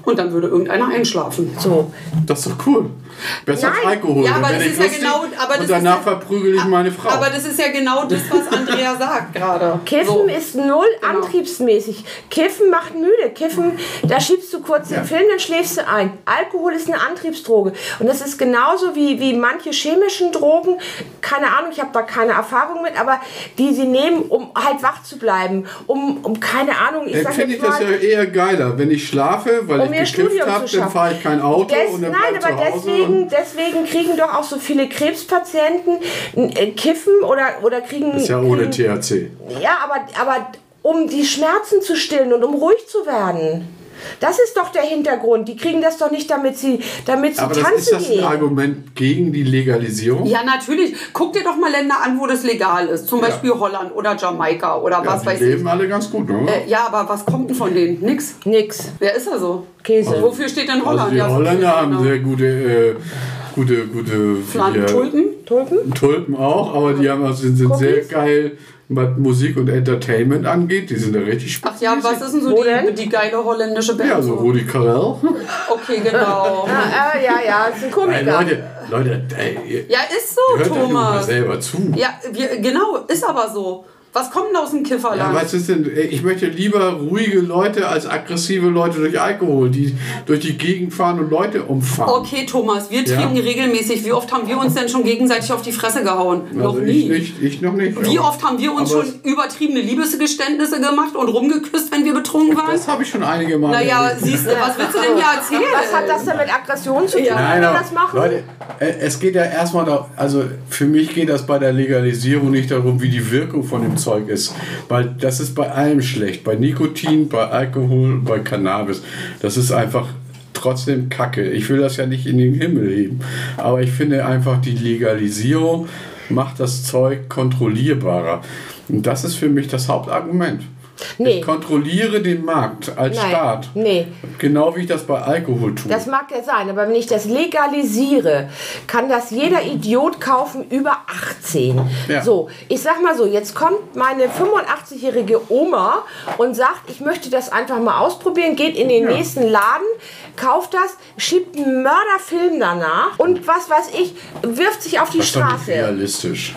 Und dann würde irgendeiner einschlafen. So. Das ist doch cool. Besser als Alkohol. Ja, aber Dann das werd ist ich ja lustig genau. Aber das und danach ist, verprügel ich meine Frau. aber das ist ja genau das, was Andrea sagt gerade. Kiffen ist null antriebsmäßig. Kiffen macht müde. Kiffen, da schiebst du kurz den Film, dann schläfst du ein. Alkohol ist eine Antriebsdroge. Und das ist genauso wie manche chemischen Drogen. Keine Ahnung, ich habe da keine Erfahrung mit, aber die sie nehmen, um halt wach zu bleiben. Um keine Ahnung, ich sag finde jetzt ich das mal, ja eher geiler. Wenn ich schlafe, weil um ihr ich gekifft Studium habe, zu dann schaffen. fahre ich kein Auto und dann Nein, bleib aber zu Hause. deswegen kriegen doch auch so viele Krebspatienten Kiffen oder kriegen... Das ist ja ohne THC. Ja, aber um die Schmerzen zu stillen und um ruhig zu werden. Das ist doch der Hintergrund. Die kriegen das doch nicht, damit sie Aber tanzen ist das ein gehen. Argument gegen die Legalisierung? Ja, natürlich. Guck dir doch mal Länder an, wo das legal ist. Zum Beispiel Holland oder Jamaika oder was weiß die ich. leben alle ganz gut, ne? Ja, aber was kommt denn von denen? Nix. Nix. Wer ist er so? Käse. Wofür steht denn Holland? Also die Ja, so Holländer Käse, haben genau. sehr gute Tulpen? Tulpen? Tulpen auch, aber die haben sind sehr geil, was Musik und Entertainment angeht. Die sind da richtig Ach ja, was ist denn so Wo denn? die geile holländische Band? Ja, so Rudi Carell. Okay, genau. Ja, das ist ein Komiker. Leute, ey, Ja, ist so, hört doch nur mal Thomas. selber zu. Ja, genau, ist aber so. Was kommt denn aus dem Ja, Kifferland? was ist denn? Ich möchte lieber ruhige Leute als aggressive Leute durch Alkohol, die durch die Gegend fahren und Leute umfahren. Okay, Thomas, wir trinken regelmäßig. Wie oft haben wir uns denn schon gegenseitig auf die Fresse gehauen? Noch nie. Ich noch nicht. Wie oft haben wir uns aber schon übertriebene Liebesgeständnisse gemacht und rumgeküsst, wenn wir betrunken waren? das habe ich schon einige Mal Naja, erlebt. siehst du, was willst du denn hier erzählen? Was hat das denn mit Aggression zu tun, Ja. wenn wir aber das machen? Leute, es geht ja erstmal darum, also für mich geht das bei der Legalisierung nicht darum, wie die Wirkung von dem Zeug ist. Weil das ist bei allem schlecht. Bei Nikotin, bei Alkohol, bei Cannabis. Das ist einfach trotzdem Kacke. Ich will das ja nicht in den Himmel heben. Aber ich finde einfach, die Legalisierung macht das Zeug kontrollierbarer. Und das ist für mich das Hauptargument. Nee. Ich kontrolliere den Markt als Staat. Nee. Genau wie ich das bei Alkohol tue. Das mag ja sein, aber wenn ich das legalisiere, kann das jeder Idiot kaufen über 18. Ja. So, ich sag mal so, jetzt kommt meine 85-jährige Oma und sagt, ich möchte das einfach mal ausprobieren, geht in den nächsten Laden, kauft das, schiebt einen Mörderfilm danach und was weiß ich, wirft sich auf die das ist doch nicht Straße. realistisch.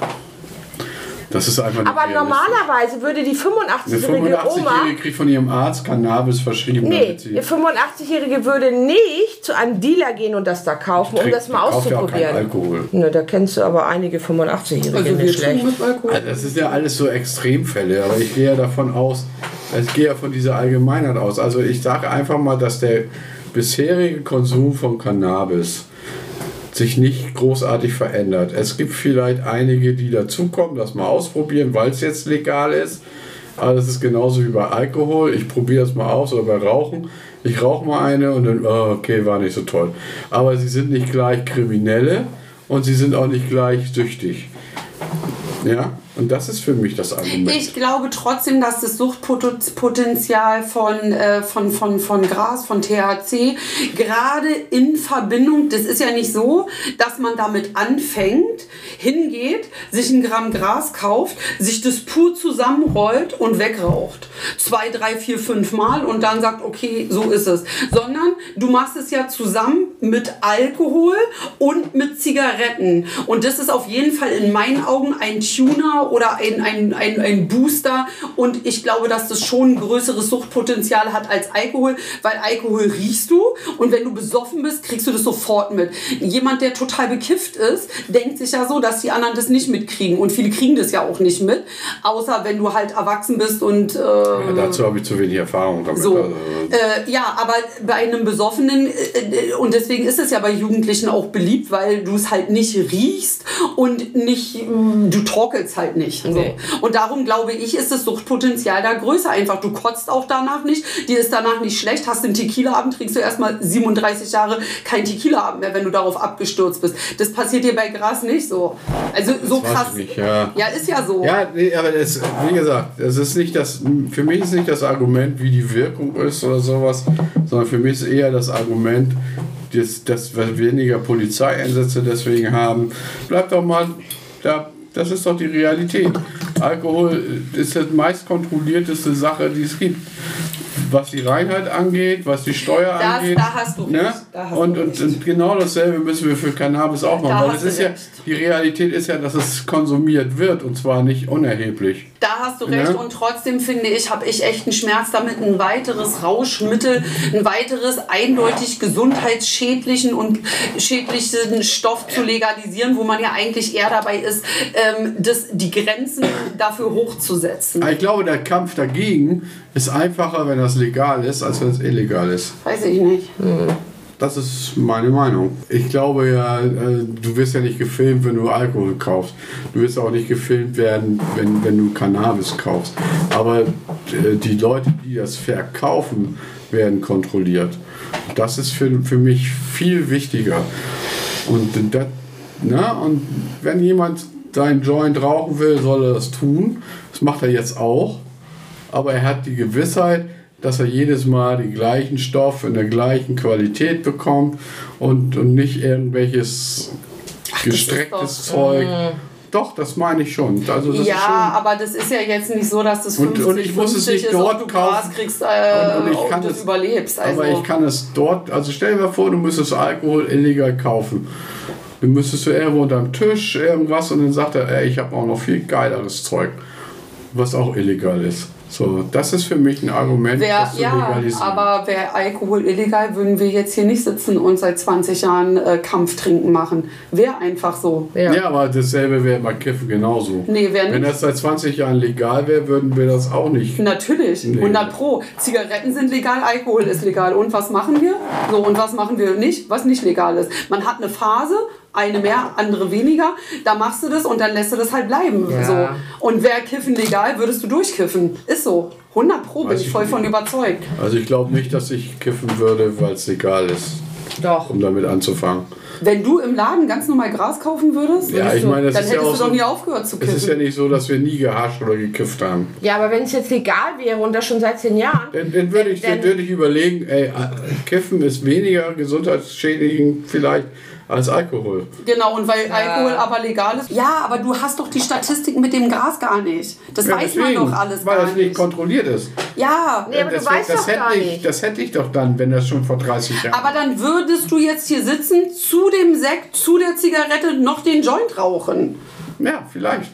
Das ist einfach nicht Aber realistisch. normalerweise würde die Eine 85-jährige Oma... 85-Jährige kriegt von ihrem Arzt Cannabis verschrieben. Nee, damit sie die 85-Jährige würde nicht zu einem Dealer gehen und das da kaufen, um das mal kauft ja auch keinen auszuprobieren. Alkohol. Ne, da kennst du aber einige 85-Jährige Also wir nicht schlecht. trinken mit Alkohol. Also das ist ja alles so Extremfälle, aber ich gehe ja davon aus, ich gehe ja von dieser Allgemeinheit aus. Also ich sage einfach mal, dass der bisherige Konsum von Cannabis sich nicht großartig verändert. Es gibt vielleicht einige, die dazukommen, das mal ausprobieren, weil es jetzt legal ist. Aber das ist genauso wie bei Alkohol. Ich probiere das mal aus oder bei Rauchen. Ich rauche mal eine und dann, okay, war nicht so toll. Aber sie sind nicht gleich Kriminelle und sie sind auch nicht gleich süchtig. Ja, und das ist für mich das Argument. Ich glaube trotzdem, dass das Suchtpotenzial von Gras, von THC, gerade in Verbindung, das ist ja nicht so, dass man damit anfängt, hingeht, sich ein Gramm Gras kauft, sich das pur zusammenrollt und wegraucht. 2, 3, 4, 5 Mal und dann sagt, okay, so ist es. Sondern du machst es ja zusammen mit Alkohol und mit Zigaretten. Und das ist auf jeden Fall in meinen Augen ein Tuner oder ein Booster. Und ich glaube, dass das schon ein größeres Suchtpotenzial hat als Alkohol, weil Alkohol riechst du und wenn du besoffen bist, kriegst du das sofort mit. Jemand, der total bekifft ist, denkt sich ja so, dass die anderen das nicht mitkriegen. Und viele kriegen das ja auch nicht mit, außer wenn du halt erwachsen bist und... ja, dazu habe ich zu wenig Erfahrung damit. So. Also, Ja, aber bei einem Besoffenen, und deswegen ist es ja bei Jugendlichen auch beliebt, weil du es halt nicht riechst und nicht, du torkelst halt nicht. So. Nee. Und darum glaube ich, ist das Suchtpotenzial da größer einfach. Du kotzt auch danach nicht, dir ist danach nicht schlecht, hast den Tequila-Abend, trinkst du erstmal 37 Jahre kein Tequila-Abend mehr, wenn du darauf abgestürzt bist. Das passiert dir bei Gras nicht so. Also so weiß krass. ich nicht, ja. Ja, ist ja so. Ja, nee, aber das, wie gesagt, das ist nicht das, für mich ist nicht das Argument, wie die Wirkung ist oder sowas, sondern für mich ist eher das Argument, dass wir weniger Polizeieinsätze deswegen haben. Bleibt doch mal da. Das ist doch die Realität. Alkohol ist die meist kontrollierteste Sache, die es gibt. was die Reinheit angeht, was die Steuer angeht. Da hast du recht. Ne? Und genau dasselbe müssen wir für Cannabis auch machen. Weil es ist ja, die Realität ist ja, dass es konsumiert wird und zwar nicht unerheblich. Da hast du recht, und trotzdem finde ich, habe ich echt einen Schmerz damit, ein weiteres Rauschmittel, ein weiteres eindeutig gesundheitsschädlichen und schädlichen Stoff zu legalisieren, wo man ja eigentlich eher dabei ist, die Grenzen dafür hochzusetzen. Ich glaube, der Kampf dagegen ist einfacher, wenn das legal ist, als wenn es illegal ist. Weiß ich nicht. Das ist meine Meinung. Ich glaube ja, du wirst ja nicht gefilmt, wenn du Alkohol kaufst. Du wirst auch nicht gefilmt werden, wenn du Cannabis kaufst. Aber die Leute, die das verkaufen, werden kontrolliert. Das ist für mich viel wichtiger. Und wenn jemand seinen Joint rauchen will, soll er das tun. Das macht er jetzt auch. Aber er hat die Gewissheit, dass er jedes Mal den gleichen Stoff in der gleichen Qualität bekommt und nicht irgendwelches gestrecktes Zeug. Doch, das meine ich schon. Also das ist schon, aber das ist ja jetzt nicht so, dass das 50 und ich muss es nicht ist, dort ob du kaufen. Gras kriegst, und ich ob kann du es überlebst. Also. Aber ich kann es dort, also stell dir mal vor, du müsstest Alkohol illegal kaufen. Dann müsstest du irgendwo unterm Tisch irgendwas und dann sagt er, ich habe auch noch viel geileres Zeug, was auch illegal ist. So, das ist für mich ein Argument, das zu legalisieren. Aber wäre Alkohol illegal, würden wir jetzt hier nicht sitzen und seit 20 Jahren Kampftrinken machen. Wäre einfach so. Ja, aber dasselbe wäre bei Kiffen genauso. Nee, wäre nicht. Wenn das seit 20 Jahren legal wäre, würden wir das auch nicht. Natürlich, 100%. Zigaretten sind legal, Alkohol ist legal. Und was machen wir? So, und was machen wir nicht, was nicht legal ist? Man hat eine Phase, eine mehr, andere weniger. Da machst du das und dann lässt du das halt bleiben. Ja. So. Und wäre Kiffen legal, würdest du durchkiffen. Ist so. 100% bin ich voll von überzeugt. Also ich glaube nicht, dass ich kiffen würde, weil es legal ist. Doch. Um damit anzufangen. Wenn du im Laden ganz normal Gras kaufen würdest, Ja, ich meine, das dann ist ja hättest auch du doch so, nie aufgehört zu kiffen. es ist ja nicht so, dass wir nie gehascht oder gekifft haben. Ja, aber wenn es jetzt legal wäre und das schon seit 10 Jahren... Dann würde ich überlegen, Kiffen ist weniger gesundheitsschädigend vielleicht als Alkohol. Genau, und weil Alkohol aber legal ist. Ja, aber du hast doch die Statistik mit dem Gras gar nicht. Das weiß man doch alles weil gar es nicht kontrolliert ist. Ja. Nee, aber du weißt doch gar nicht. Das hätte ich doch dann, wenn das schon vor 30 Jahren... Aber dann würdest du jetzt hier sitzen, zu dem Sekt, zu der Zigarette noch den Joint rauchen. Ja, vielleicht.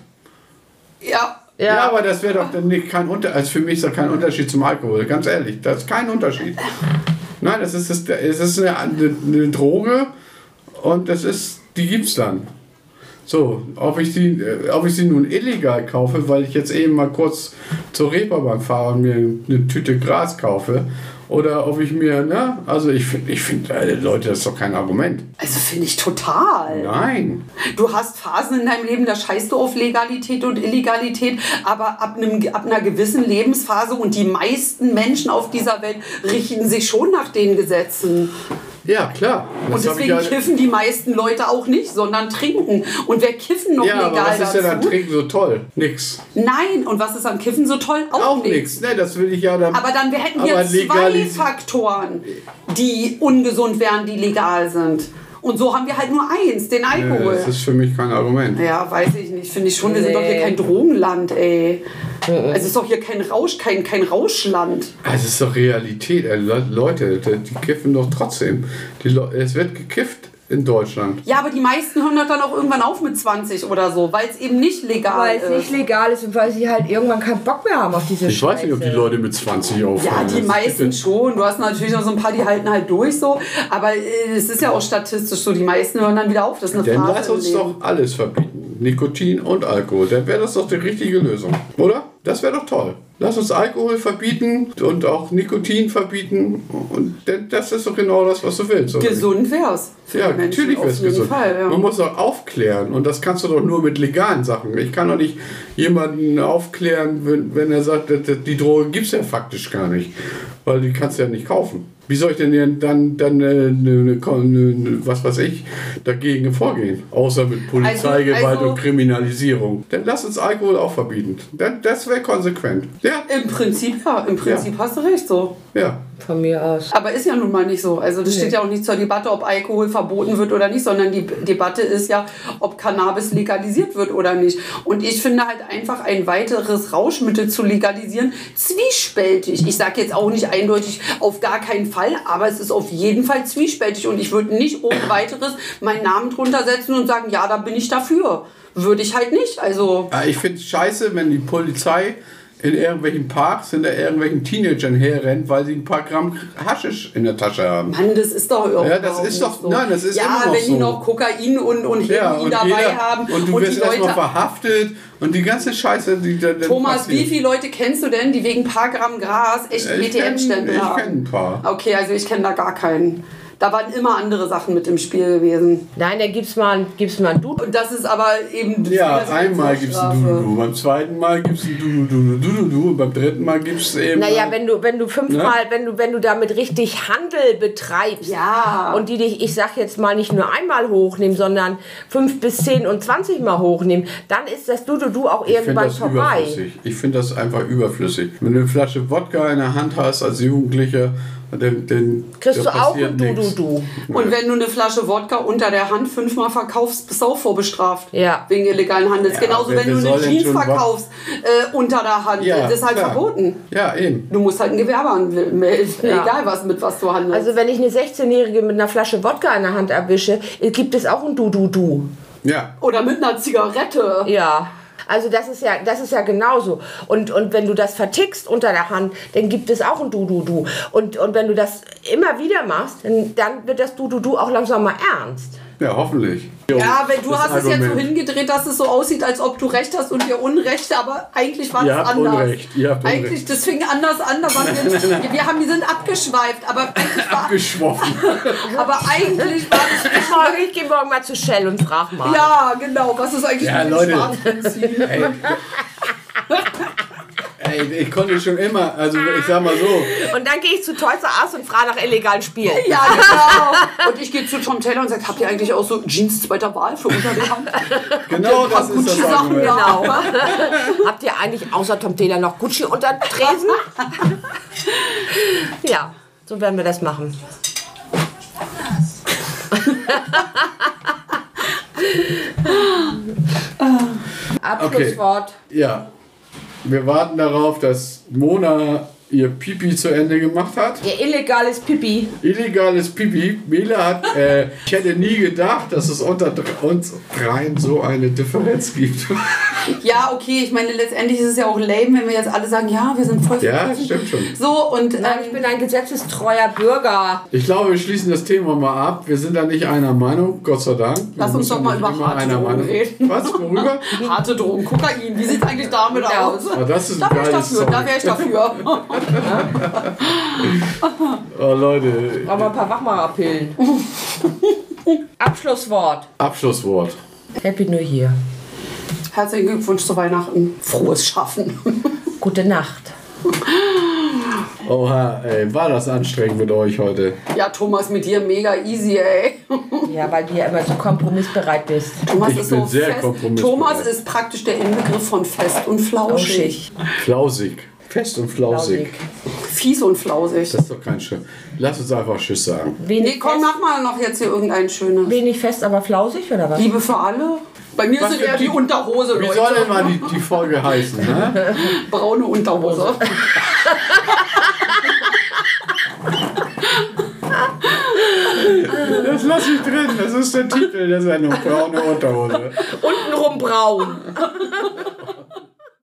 Ja. Aber das wäre doch dann nicht kein Unterschied. Also für mich ist das kein Unterschied zum Alkohol. Ganz ehrlich, das ist kein Unterschied. Nein, es ist eine Droge und die gibt's dann. So, ob ich sie nun illegal kaufe, weil ich jetzt eben mal kurz zur Reeperbahn fahre und mir eine Tüte Gras kaufe, oder ob ich mir, also ich finde, Leute, das ist doch kein Argument. Also finde ich total. Nein. Du hast Phasen in deinem Leben, da scheißt du auf Legalität und Illegalität, aber ab einer gewissen Lebensphase und die meisten Menschen auf dieser Welt richten sich schon nach den Gesetzen. Ja, klar. Und deswegen kiffen die meisten Leute auch nicht, sondern trinken. Und wer kiffen noch legal dazu? Ja, aber was ist denn an dazu? Trinken so toll? Nix. Nein, und was ist an Kiffen so toll? Auch nichts. Ne, das will ich ja dann. Aber wir hätten hier zwei Faktoren, die ungesund wären, die legal sind. Und so haben wir halt nur eins, den Alkohol. Das ist für mich kein Argument. Ja, weiß ich nicht. Finde ich schon, wir sind doch hier kein Drogenland, ey. Also es ist doch hier kein Rauschland. Also es ist doch Realität. Leute, die kiffen doch trotzdem. Es wird gekifft in Deutschland. Ja, aber die meisten hören dann auch irgendwann auf mit 20 oder so, weil es eben nicht legal ist. Weil es nicht legal ist und weil sie halt irgendwann keinen Bock mehr haben auf diese Scheiße. Ich weiß nicht, ob die Leute mit 20 aufhören. Ja, die meisten schon. Du hast natürlich noch so ein paar, die halten halt durch so. Aber es ist ja auch statistisch so, die meisten hören dann wieder auf. Das ist eine Dann Phase lass uns im Leben. doch alles verbieten. Nikotin und Alkohol. Dann wäre das doch die richtige Lösung. Oder? Das wäre doch toll. Lass uns Alkohol verbieten und auch Nikotin verbieten. Und das ist doch genau das, was du willst. Oder? Gesund wär's. Ja, natürlich wäre es gesund. Fall, ja. Man muss doch aufklären. Und das kannst du doch nur mit legalen Sachen. Ich kann doch nicht jemanden aufklären, wenn er sagt, die Droge gibt es ja faktisch gar nicht. Weil die kannst du ja nicht kaufen. Wie soll ich denn dann was weiß ich, dagegen vorgehen? Außer mit Polizeigewalt und Kriminalisierung. Dann lass uns Alkohol auch verbieten. Das wäre konsequent. Ja, Ja. Im Prinzip hast du recht so. Ja. Von mir aus. Aber ist ja nun mal nicht so. Also das steht ja auch nicht zur Debatte, ob Alkohol verboten wird oder nicht, sondern die Debatte ist ja, ob Cannabis legalisiert wird oder nicht. Und ich finde halt einfach ein weiteres Rauschmittel zu legalisieren zwiespältig. Ich sage jetzt auch nicht eindeutig auf gar keinen Fall, aber es ist auf jeden Fall zwiespältig. Und ich würde nicht ohne weiteres meinen Namen drunter setzen und sagen, ja, da bin ich dafür. Würde ich halt nicht. Also Ich finde es scheiße, wenn die Polizei in irgendwelchen Parks hinter irgendwelchen Teenagern herrennt, weil sie ein paar Gramm Haschisch in der Tasche haben. Mann, das ist doch irgendwie. Ja, das ist doch. So. Nein, das ist ja, immer noch wenn die so. noch Kokain und Heroin dabei haben. Und du wirst erstmal verhaftet und die ganze Scheiße, die da. Thomas, passiert. wie viele Leute kennst du denn, die wegen ein paar Gramm Gras echt BTM-Stempel haben? Ich kenne ein paar. Okay, also ich kenne da gar keinen. Da waren immer andere Sachen mit im Spiel gewesen. Nein, da gibt's mal ein Dudu. Und das ist aber eben... Ja, einmal gibt es ein Dudu, beim zweiten Mal gibt es ein Dudu, und beim dritten Mal gibt es eben... Naja, wenn du fünfmal, wenn du damit richtig Handel betreibst und die dich, ich sag jetzt mal, nicht nur einmal hochnehmen, sondern 5 bis 10 und 20 Mal hochnehmen, dann ist das Dudu auch irgendwann vorbei. Ich finde das einfach überflüssig. Wenn du eine Flasche Wodka in der Hand hast als Jugendlicher, dann kriegst du auch ein Du. Und wenn du eine Flasche Wodka unter der Hand 5-mal verkaufst, bist du auch vorbestraft. Ja. Wegen illegalen Handels. Ja, Genauso, wenn du eine Jeans verkaufst unter der Hand. Ja, das ist halt verboten. Ja, eben. Du musst halt ein Gewerbe anmelden. Egal, mit was du handelst. Also wenn ich eine 16-Jährige mit einer Flasche Wodka in der Hand erwische, gibt es auch ein Du. Ja. Oder mit einer Zigarette. Ja. Also das ist ja genauso. Und wenn du das vertickst unter der Hand, dann gibt es auch ein Du. Und wenn du das immer wieder machst, dann wird das Du auch langsam mal ernst. Ja, hoffentlich. Ja, weil du hast es jetzt so Argument. hingedreht, dass es so aussieht, als ob du recht hast und wir Unrecht, aber eigentlich war es anders. Ihr habt eigentlich, Unrecht. das fing anders an, da waren wir sind abgeschweift, aber eigentlich war, Abgeschwoffen. aber eigentlich war das Ich gehe morgen mal zu Shell und frag mal. ja, genau, was ist eigentlich Ja, mit dem Leute. Schwarzbenzin? Ey, ich konnte schon immer, also ich sag mal so. Und dann gehe ich zu Toys R Us und frage nach illegalen Spielen. Ja, genau. Und ich gehe zu Tom Taylor und sage, habt ihr eigentlich auch so Jeans zweiter Wahl für unter der Hand? Genau, das ist das Gucci-Sachen Argument. da? Genau. Habt ihr eigentlich außer Tom Taylor noch Gucci unter Tresen? Ja, so werden wir das machen. Abschlusswort. Ja, wir warten darauf, dass Mona ihr Pipi zu Ende gemacht hat. Ihr illegales Pipi. Illegales Pipi. Mela hat, ich hätte nie gedacht, dass es unter uns dreien so eine Differenz gibt. Ja, okay, ich meine, letztendlich ist es ja auch lame, wenn wir jetzt alle sagen, ja, wir sind voll Ja, vergessen. stimmt schon. So, und Nein, ich bin ein gesetzestreuer Bürger. Ich glaube, wir schließen das Thema mal ab. Wir sind da nicht einer Meinung, Gott sei Dank. Lass Wir uns müssen doch mal nicht über immer harte einer Drogen Meinung. reden. Was? Worüber? harte Drogen, Kokain, wie sieht es eigentlich damit Genau. aus? Oh, das ist ein Da wäre ich geiles dafür, Zeug. da wäre ich dafür. Oh, Leute. Brauchen wir ein paar Wachmacherpillen. Abschlusswort. Abschlusswort. Happy New Year. Herzlichen Glückwunsch zu Weihnachten. Frohes Schaffen. Gute Nacht. Oha, ey, war das anstrengend mit euch heute. Ja, Thomas, mit dir mega easy, ey. Ja, weil du ja immer so kompromissbereit bist. Thomas Ich ist bin so sehr fest. kompromissbereit. Thomas ist praktisch der Inbegriff von fest und flauschig. Flausig. Fest und flausig. Fies und flausig. Das ist doch kein Schön. Lass uns einfach Tschüss sagen. Wenig, Nee, komm, fest, mach mal noch jetzt hier irgendein schönes. wenig fest, aber flausig, oder was? Liebe für alle. Bei mir Was sind für eher die Typ- Unterhose, Wie Leute. soll denn mal die Folge heißen? Ne? Braune Unterhose. Das lass ich drin. Das ist der Titel der Sendung. Braune Unterhose. Untenrum braun.